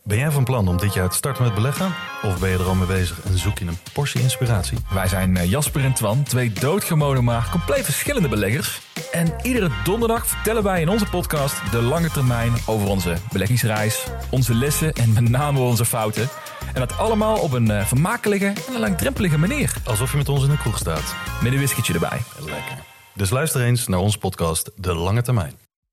Ben jij van plan om dit jaar te starten met beleggen? Of ben je er al mee bezig en zoek je een portie inspiratie? Wij zijn Jasper en Twan, twee doodgewone maar compleet verschillende beleggers. En iedere donderdag vertellen wij in onze podcast de lange termijn over onze beleggingsreis, onze lessen en met name onze fouten. En dat allemaal op een vermakelijke en een langdrempelige manier. Alsof je met ons in een kroeg staat. Met een whiskytje erbij. Lekker. Dus luister eens naar onze podcast De Lange Termijn.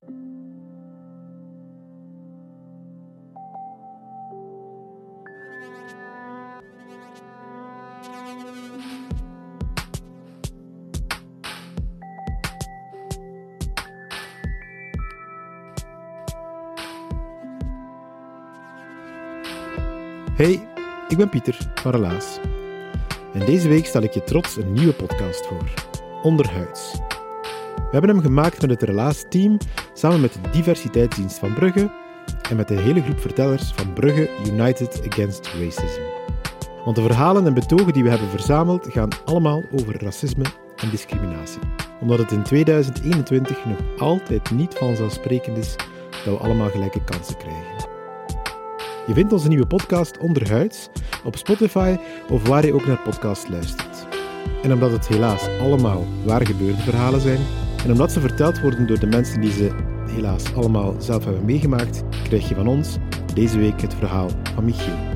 Hey, ik ben Pieter van Relaas. En deze week stel ik je trots een nieuwe podcast voor, Onderhuids. We hebben hem gemaakt met het Relaas-team, samen met de diversiteitsdienst van Brugge en met de hele groep vertellers van Brugge United Against Racism. Want de verhalen en betogen die we hebben verzameld gaan allemaal over racisme en discriminatie. Omdat het in 2021 nog altijd niet vanzelfsprekend is dat we allemaal gelijke kansen krijgen. Je vindt onze nieuwe podcast Onderhuids op Spotify of waar je ook naar podcasts luistert. En omdat het helaas allemaal waargebeurde verhalen zijn en omdat ze verteld worden door de mensen die ze helaas allemaal zelf hebben meegemaakt, krijg je van ons deze week het verhaal van Michiel.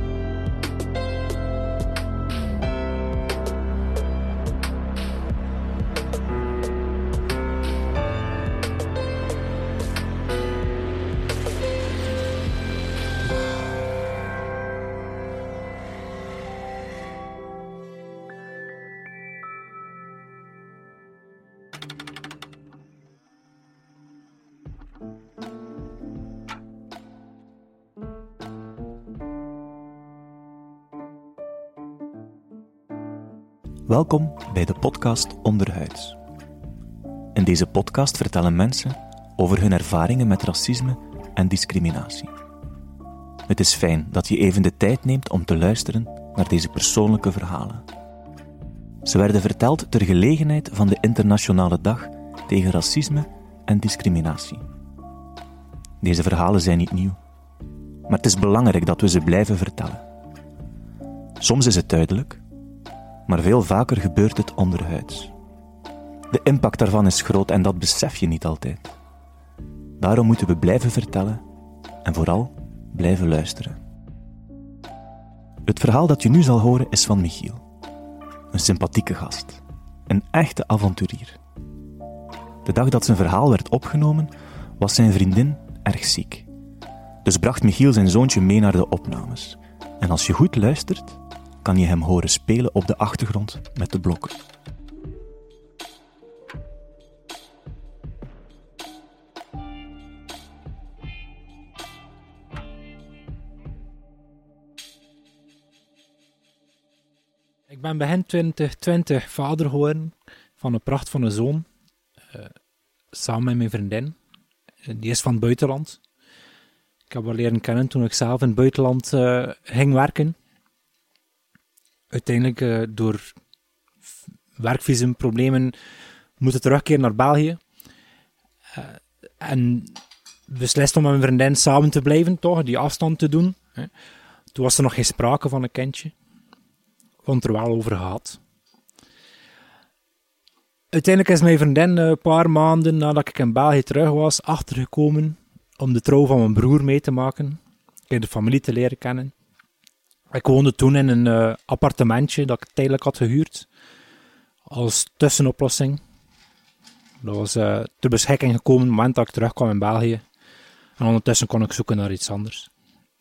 Welkom bij de podcast Onderhuids. In deze podcast vertellen mensen over hun ervaringen met racisme en discriminatie. Het is fijn dat je even de tijd neemt om te luisteren naar deze persoonlijke verhalen. Ze werden verteld ter gelegenheid van de Internationale Dag tegen Racisme en Discriminatie. Deze verhalen zijn niet nieuw, maar het is belangrijk dat we ze blijven vertellen. Soms is het duidelijk, maar veel vaker gebeurt het onderhuids. De impact daarvan is groot en dat besef je niet altijd. Daarom moeten we blijven vertellen en vooral blijven luisteren. Het verhaal dat je nu zal horen is van Michiel. Een sympathieke gast. Een echte avonturier. De dag dat zijn verhaal werd opgenomen, was zijn vriendin erg ziek. Dus bracht Michiel zijn zoontje mee naar de opnames. En als je goed luistert, kan je hem horen spelen op de achtergrond met de blokken. Ik ben begin 2020 vader geworden van een pracht van een zoon, samen met mijn vriendin. Die is van het buitenland. Ik heb haar leren kennen toen ik zelf in het buitenland ging werken. Uiteindelijk door werkvisumproblemen moeten terugkeren naar België. En beslist om met mijn vriendin samen te blijven, toch, die afstand te doen. Toen was er nog geen sprake van een kindje. Want er wel over gehad. Uiteindelijk is mijn vriendin een paar maanden nadat ik in België terug was, achtergekomen om de trouw van mijn broer mee te maken. Ik heb de familie te leren kennen. Ik woonde toen in een appartementje dat ik tijdelijk had gehuurd. Als tussenoplossing. Dat was ter beschikking gekomen op het moment dat ik terugkwam in België. En ondertussen kon ik zoeken naar iets anders.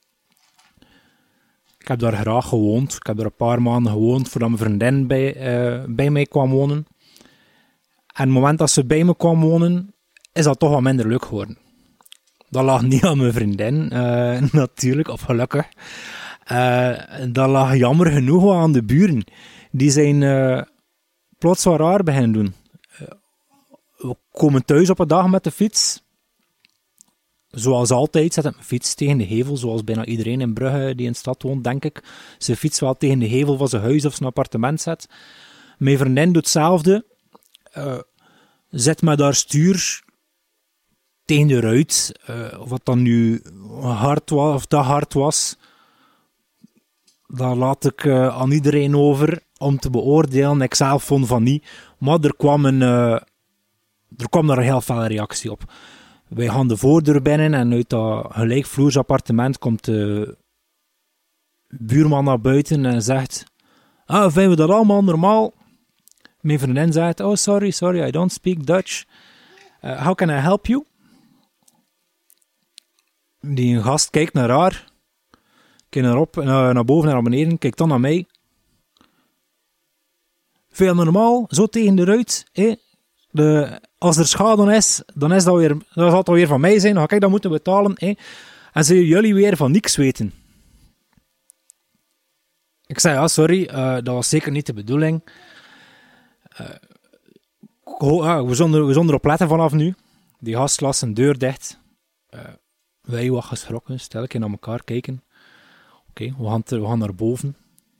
Ik heb daar graag gewoond. Ik heb daar een paar maanden gewoond voordat mijn vriendin bij mij kwam wonen. En het moment dat ze bij me kwam wonen, is dat toch wat minder leuk geworden. Dat lag niet aan mijn vriendin, natuurlijk, of gelukkig. Dat lag jammer genoeg wel aan de buren. Die zijn plots wat raar beginnen doen. We komen thuis op een dag met de fiets. Zoals altijd zet ik mijn fiets tegen de hevel, zoals bijna iedereen in Brugge die in de stad woont, denk ik. Zijn fiets wel tegen de hevel van zijn huis of zijn appartement zet. Mijn vriendin doet hetzelfde. Zet met haar stuur tegen de ruit. Of wat dan nu hard was, of dat hard was, dat laat ik aan iedereen over om te beoordelen. Ik zelf vond van niet. Maar er kwam daar een heel felle reactie op. Wij gaan de voordeur binnen en uit dat gelijkvloers appartement komt de buurman naar buiten en zegt: vinden we dat allemaal normaal? Mijn vriendin zegt: oh, sorry, I don't speak Dutch. How can I help you? Die gast kijkt naar haar, kijkt naar boven en naar beneden, kijkt dan naar mij. Veel normaal, zo tegen de ruit. Als er schade is, dan is dat zal het weer van mij zijn, dan ga ik dat moeten betalen. En zullen jullie weer van niks weten. Ik zei: ja, sorry, dat was zeker niet de bedoeling. We zullen erop letten vanaf nu. Die gast las zijn deur dicht. Wij wat geschrokken, stel ik naar elkaar kijken. Oké, we gaan naar boven.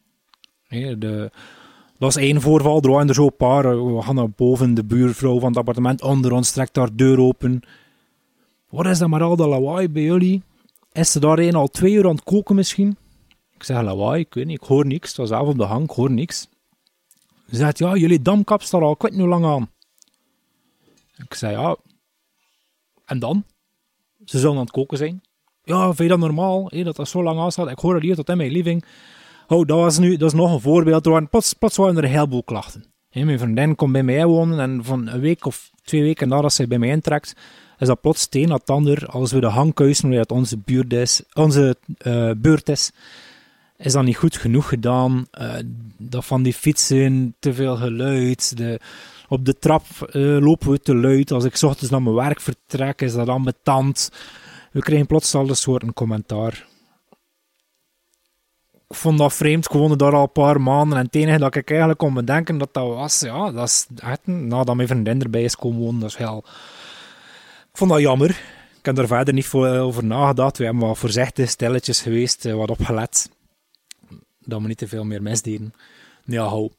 Dat is één voorval, er waren er zo een paar. We gaan naar boven, de buurvrouw van het appartement onder ons trekt haar deur open. Wat is dat maar al dat lawaai bij jullie? Is ze daar al 2 uur aan het koken misschien? Ik zeg: lawaai, ik weet niet, ik hoor niks. Het was zelf op de hang, ik hoor niks. Ze zegt: ja, jullie damkap staat al, ik weet niet hoe lang aan. Ik zei: ja, en dan? Ze zullen aan het koken zijn. Ja, vind je dat normaal, dat zo lang aanstaat? Ik hoor het hier tot in mijn living. Oh, dat is nog een voorbeeld. Plots waren er een heleboel klachten. Mijn vriendin komt bij mij wonen en van een week of 2 weken nadat zij bij mij intrekt, is dat plots het een naar het ander. Als we de hang kuisen, omdat het onze beurt is, is dat niet goed genoeg gedaan. Dat van die fietsen, te veel geluid. Op de trap lopen we te luid. Als ik 's ochtends naar mijn werk vertrek, is dat ambetant. We krijgen plots alle soorten commentaar. Ik vond dat vreemd, ik woonde daar al een paar maanden en het enige dat ik eigenlijk kon bedenken dat was, ja, dat is echt, nadat mijn vriendin erbij is komen wonen, dat is heel... Ik vond dat jammer. Ik heb er verder niet over nagedacht. We hebben wat voorzichtig, stilletjes geweest, wat opgelet. Dat we niet te veel meer misdeden. Ja, hou.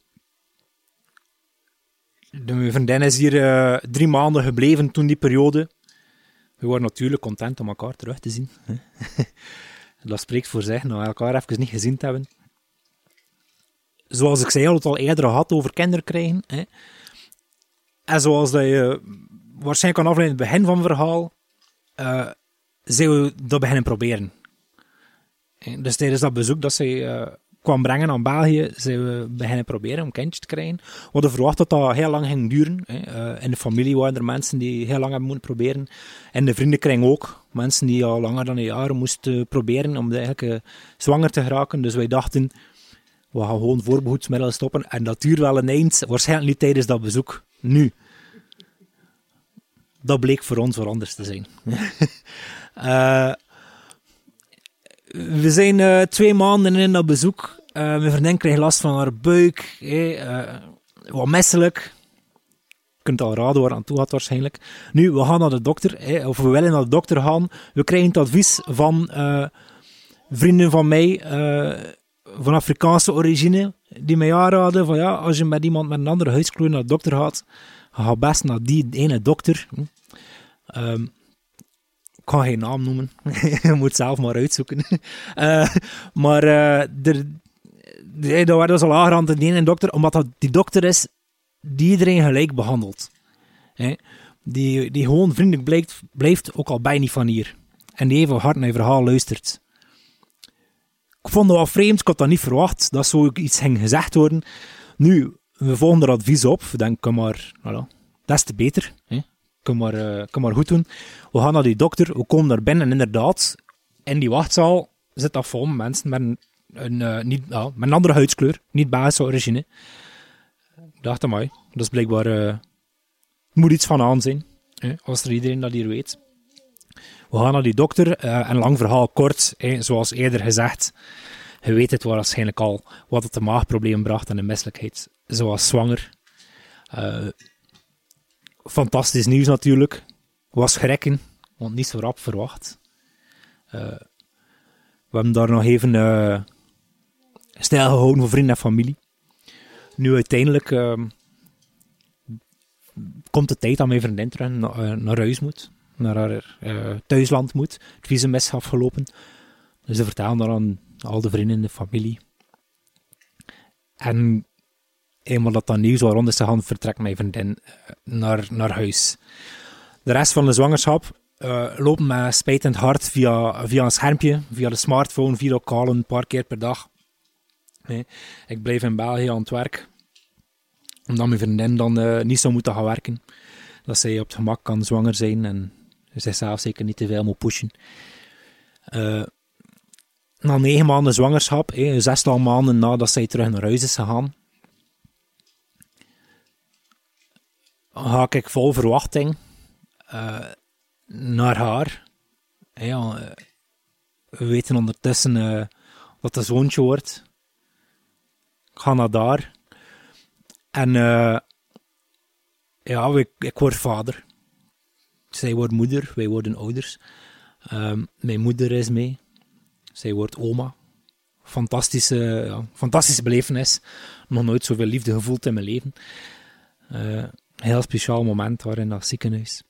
Mijn vriendin is hier 3 maanden gebleven toen die periode. We waren natuurlijk content om elkaar terug te zien. Dat spreekt voor zich, nou elkaar even niet gezien te hebben. Zoals ik zei, al het al eerder had over kinderen krijgen. En zoals dat je waarschijnlijk kan afleiden in het begin van het verhaal, zijn we dat beginnen proberen. Dus tijdens dat bezoek dat zij kwam brengen aan België, zijn we beginnen proberen om kindjes te krijgen. We hadden verwacht dat dat heel lang ging duren. In de familie waren er mensen die heel lang hebben moeten proberen. En de vriendenkring ook. Mensen die al langer dan een jaar moesten proberen om eigenlijk zwanger te geraken. Dus wij dachten, we gaan gewoon voorbehoedsmiddelen stoppen. En dat duurt wel een eind. Waarschijnlijk niet tijdens dat bezoek. Nu. Dat bleek voor ons wat anders te zijn. We zijn 2 maanden in dat bezoek. Mijn vriendin kreeg last van haar buik. Wat misselijk. Je kunt al raden waar aan toe gaat waarschijnlijk. Nu, we gaan naar de dokter. Of we willen naar de dokter gaan. We krijgen het advies van vrienden van mij. Van Afrikaanse origine. Die mij aanraden van ja, als je met iemand met een andere huidskleur naar de dokter gaat, ga best naar die ene dokter. Ik ga geen naam noemen. Je moet het zelf maar uitzoeken. Maar daar werd dus al aangerand de ene dokter, omdat dat die dokter is die iedereen gelijk behandelt. Die gewoon vriendelijk blijft, ook al bij niet van hier. En die even hard naar je verhaal luistert. Ik vond het wel vreemd, ik had dat niet verwacht, dat zoiets ging gezegd worden. Nu, we volgen er advies op. We denken, maar, voilà, des te beter. Kan maar goed doen. We gaan naar die dokter, we komen daar binnen en inderdaad, in die wachtzaal zit dat vol mensen met een andere huidskleur, niet Belgische origine. Ik dacht, amai, dat is blijkbaar, moet iets van aan zijn, als er iedereen dat hier weet. We gaan naar die dokter, en lang verhaal kort, zoals eerder gezegd, je weet het waarschijnlijk al, wat het de maagprobleem bracht en de misselijkheid. Ze was zwanger. Fantastisch nieuws natuurlijk. Was schrikken, want niet zo rap verwacht. We hebben daar nog even stijl gehouden voor vrienden en familie. Nu uiteindelijk komt de tijd dat mijn vriendin terug naar huis moet. naar haar thuisland moet. Het visum is afgelopen. Dus ze vertellen dat aan al de vrienden in de familie. En eenmaal dat nieuws al rond is gegaan, vertrekt mijn vriendin naar huis. De rest van de zwangerschap lopen met spijtend hart via een schermpje, via de smartphone, via callen, een paar keer per dag. Nee, ik blijf in België aan het werk, omdat mijn vriendin dan niet zou moeten gaan werken. Dat zij op het gemak kan zwanger zijn en zichzelf zeker niet te veel moet pushen. Na 9 maanden zwangerschap, 6 maanden nadat zij terug naar huis is gegaan, ga ik vol verwachting naar haar. We weten ondertussen dat het een zoontje wordt. Ik ga naar daar. En ik word vader. Zij wordt moeder, wij worden ouders. Mijn moeder is mee. Zij wordt oma. Fantastische belevenis. Nog nooit zoveel liefde gevoeld in mijn leven. Heel speciaal moment daar in dat ziekenhuis.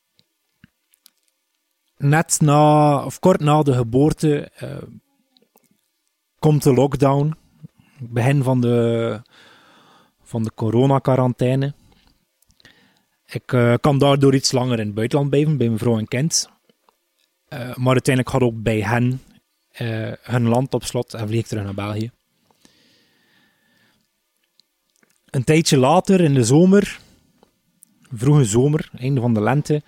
Kort na de geboorte komt de lockdown. Begin van de corona-quarantaine. Ik kan daardoor iets langer in het buitenland blijven, bij mijn vrouw en kind. Maar uiteindelijk gaat ook bij hen hun land op slot en vlieg ik terug naar België. Een tijdje later, in de zomer, vroege zomer, einde van de lente,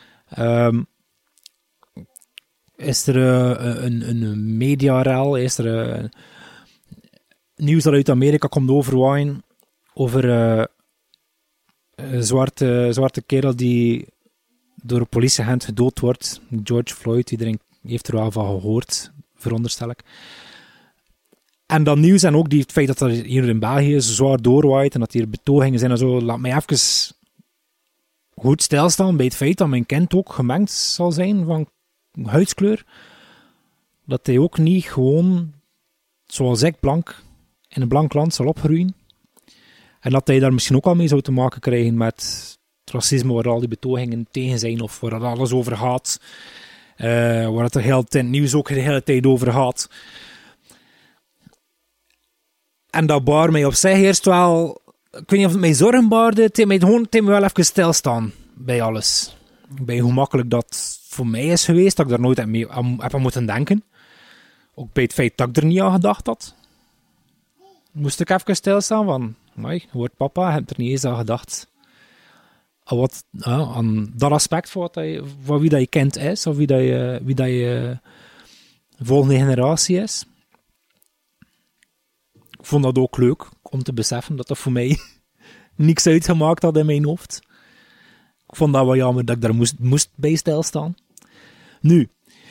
is er een mediarel, is er nieuws dat uit Amerika komt overwaaien over een zwarte kerel die door een politieagent gedood wordt. George Floyd, iedereen heeft er wel van gehoord, veronderstel ik. En dat nieuws en ook het feit dat er hier in België zo zwaar doorwaait en dat hier betogingen zijn en zo, laat mij even goed stilstaan bij het feit dat mijn kind ook gemengd zal zijn van huidskleur. Dat hij ook niet gewoon, zoals ik, blank in een blank land zal opgroeien. En dat hij daar misschien ook al mee zou te maken krijgen met het racisme waar al die betogingen tegen zijn of waar het alles over gaat. Waar het er heel het nieuws ook de hele tijd over gaat. En dat baar mij op zich eerst wel, ik weet niet of het mij zorgen baarde, het heeft me wel even stilstaan bij alles. Bij hoe makkelijk dat voor mij is geweest, dat ik daar nooit aan heb moeten denken. Ook bij het feit dat ik er niet aan gedacht had. Moest ik even stilstaan van, je wordt papa, je hebt er niet eens aan gedacht. Aan dat aspect van wie dat je kind is, of wie dat je volgende generatie is. Ik vond dat ook leuk om te beseffen dat voor mij niks uitgemaakt had in mijn hoofd. Ik vond dat wel jammer dat ik daar moest bij stilstaan. Nu,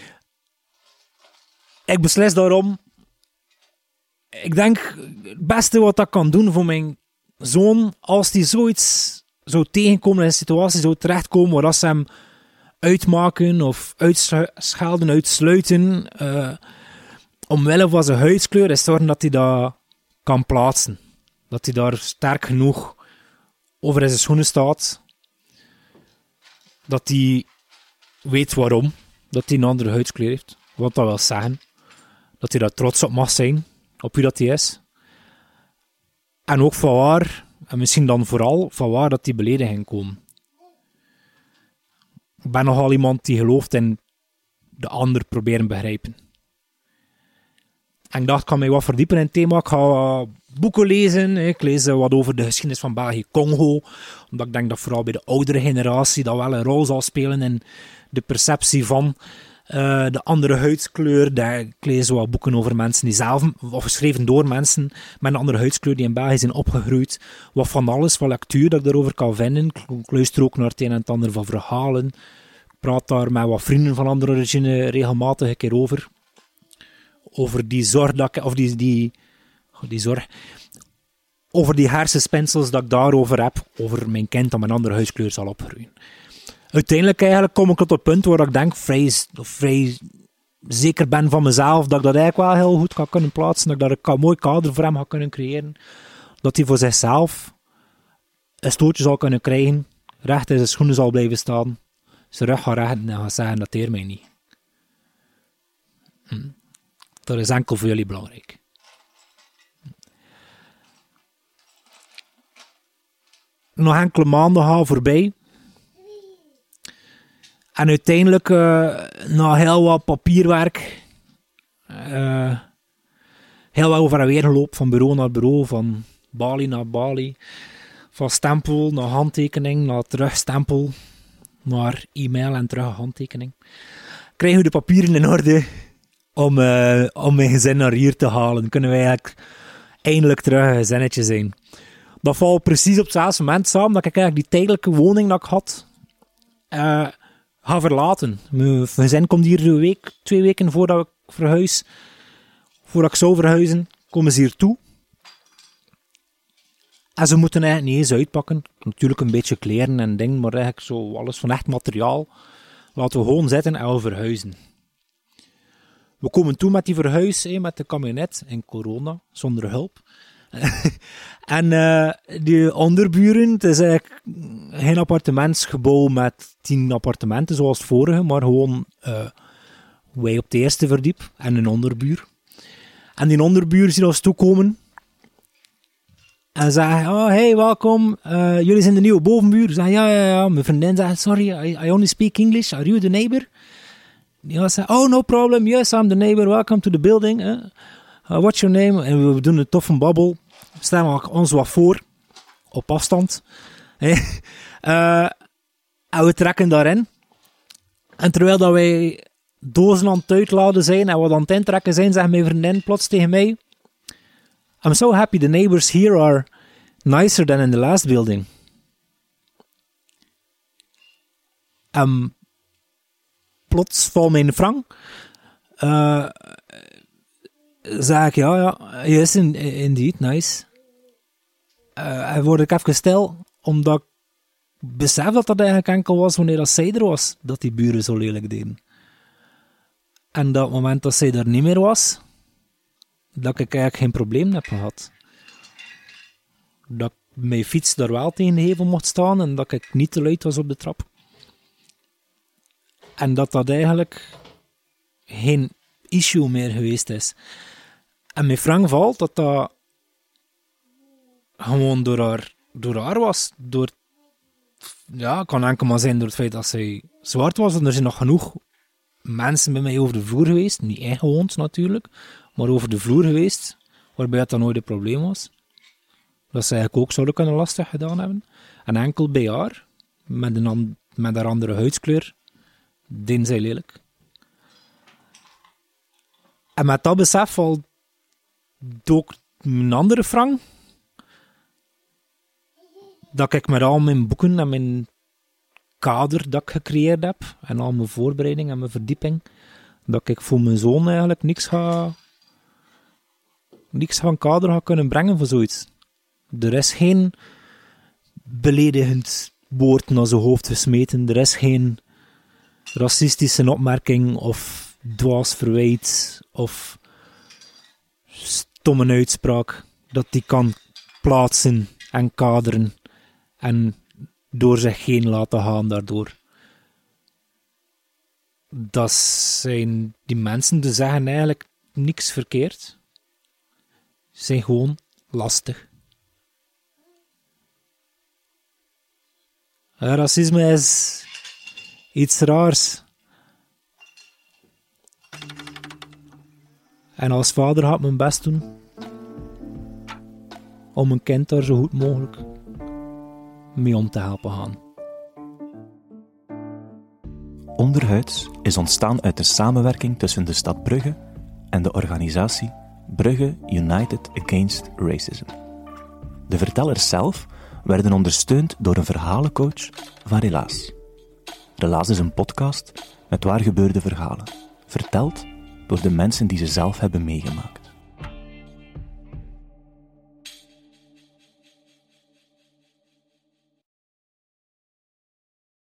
ik beslis daarom. Ik denk het beste wat ik kan doen voor mijn zoon, als die zoiets zou tegenkomen in een situatie zou terechtkomen waar ze hem uitmaken of uitschelden, uitsluiten, omwille van zijn huidskleur, is zorgen dat hij dat kan plaatsen. Dat hij daar sterk genoeg over in zijn schoenen staat. Dat hij weet waarom dat hij een andere huidskleur heeft. Wat dat wil zeggen. Dat hij daar trots op mag zijn. Op wie dat hij is. En ook van waar, en misschien dan vooral, van waar dat die beledigingen komen. Ik ben nogal iemand die gelooft in de ander proberen begrijpen. En ik dacht, ik ga mij wat verdiepen in het thema. Ik ga boeken lezen. Ik lees wat over de geschiedenis van België-Congo. Omdat ik denk dat vooral bij de oudere generatie dat wel een rol zal spelen in de perceptie van de andere huidskleur. Ik lees wat boeken over mensen die zelf, of geschreven door mensen met een andere huidskleur die in België zijn opgegroeid. Wat van alles, wat lectuur dat ik daarover kan vinden. Ik luister ook naar het een en het ander van verhalen. Ik praat daar met wat vrienden van andere origine regelmatig een keer over. Over die zorg dat ik, of die zorg, over die hersenspinsels dat ik daarover heb, over mijn kind dat mijn andere huidskleur zal opgroeien. Uiteindelijk eigenlijk kom ik tot het punt waar ik denk vrij zeker ben van mezelf, dat ik dat eigenlijk wel heel goed kan kunnen plaatsen, dat ik daar een mooi kader voor hem ga kunnen creëren, dat hij voor zichzelf een stootje zal kunnen krijgen, recht in zijn schoenen zal blijven staan, zijn rug gaat rechten en gaat zeggen dat hij mij niet. Dat is enkel voor jullie belangrijk. Nog enkele maanden gaan voorbij. En uiteindelijk, na heel wat papierwerk, heel wat over en weer gelopen, van bureau naar bureau, van balie naar balie, van stempel naar handtekening, naar terugstempel, naar e-mail en terug handtekening, krijgen we de papieren in orde om mijn gezin naar hier te halen. Kunnen wij eigenlijk eindelijk terug een gezinnetje zijn. Dat valt precies op hetzelfde moment samen dat ik eigenlijk die tijdelijke woning dat ik had, ga verlaten. Mijn gezin komt hier 2 weken voordat ik verhuis. Voordat ik zou verhuizen, komen ze hier toe. En ze moeten eigenlijk niet eens uitpakken. Natuurlijk een beetje kleren en dingen, maar eigenlijk zo alles van echt materiaal. Laten we gewoon zitten en we verhuizen. We komen toe met die verhuis, met de camionet in corona, zonder hulp. En die onderburen, het is eigenlijk geen appartementsgebouw met 10 appartementen zoals het vorige, maar gewoon wij op het eerste verdiep en een onderbuur. En die onderbuur zien ons toekomen en zeggen, oh hey, welkom, jullie zijn de nieuwe bovenbuur. Zeggen, ja. Mijn vriendin zegt, sorry, I only speak English, are you the neighbor? Die zegt, oh no problem, yes, I'm the neighbor, welcome to the building. What's your name? En we doen een toffe babbel. Stellen ons wat voor. Op afstand. En we trekken daarin. En terwijl dat wij dozen aan het uitladen zijn en wat aan het intrekken zijn, zegt mijn vriendin plots tegen mij, I'm so happy the neighbors here are nicer than in the last building. Plots valt mijn frank. Zeg ik, ja, yes, indeed, nice. En word ik even stil, omdat ik besef dat eigenlijk enkel was wanneer dat zij er was, dat die buren zo lelijk deden. En dat moment dat zij er niet meer was, dat ik eigenlijk geen probleem heb gehad. Dat mijn fiets daar wel tegen de gevel mocht staan en dat ik niet te luid was op de trap. En dat eigenlijk geen issue meer geweest is. En mijn frank valt dat gewoon door haar was. Het kan enkel maar zijn door het feit dat zij zwart was. En er zijn nog genoeg mensen bij mij over de vloer geweest. Niet ingewoond natuurlijk, maar over de vloer geweest. Waarbij dat dan nooit een probleem was. Dat ze eigenlijk ook zouden kunnen lastig gedaan hebben. En enkel bij haar, met haar andere huidskleur, deden zij lelijk. En met dat besef valt ook mijn andere frank, dat ik met al mijn boeken en mijn kader dat ik gecreëerd heb, en al mijn voorbereiding en mijn verdieping, dat ik voor mijn zoon eigenlijk niks van kader ga kunnen brengen voor zoiets. Er is geen beledigend woord naar zijn hoofd gesmeten, er is geen racistische opmerking of dwaas verwijt of stomme uitspraak dat die kan plaatsen en kaderen en door zich heen laten gaan daardoor. Dat zijn die mensen die zeggen eigenlijk niks verkeerd. Ze zijn gewoon lastig. Racisme is iets raars. En als vader ga ik mijn best doen om mijn kind daar zo goed mogelijk mee om te helpen gaan. Onderhuids is ontstaan uit de samenwerking tussen de stad Brugge en de organisatie Brugge United Against Racism. De vertellers zelf werden ondersteund door een verhalencoach van Relaas. Relaas is een podcast met waargebeurde verhalen, verteld door de mensen die ze zelf hebben meegemaakt.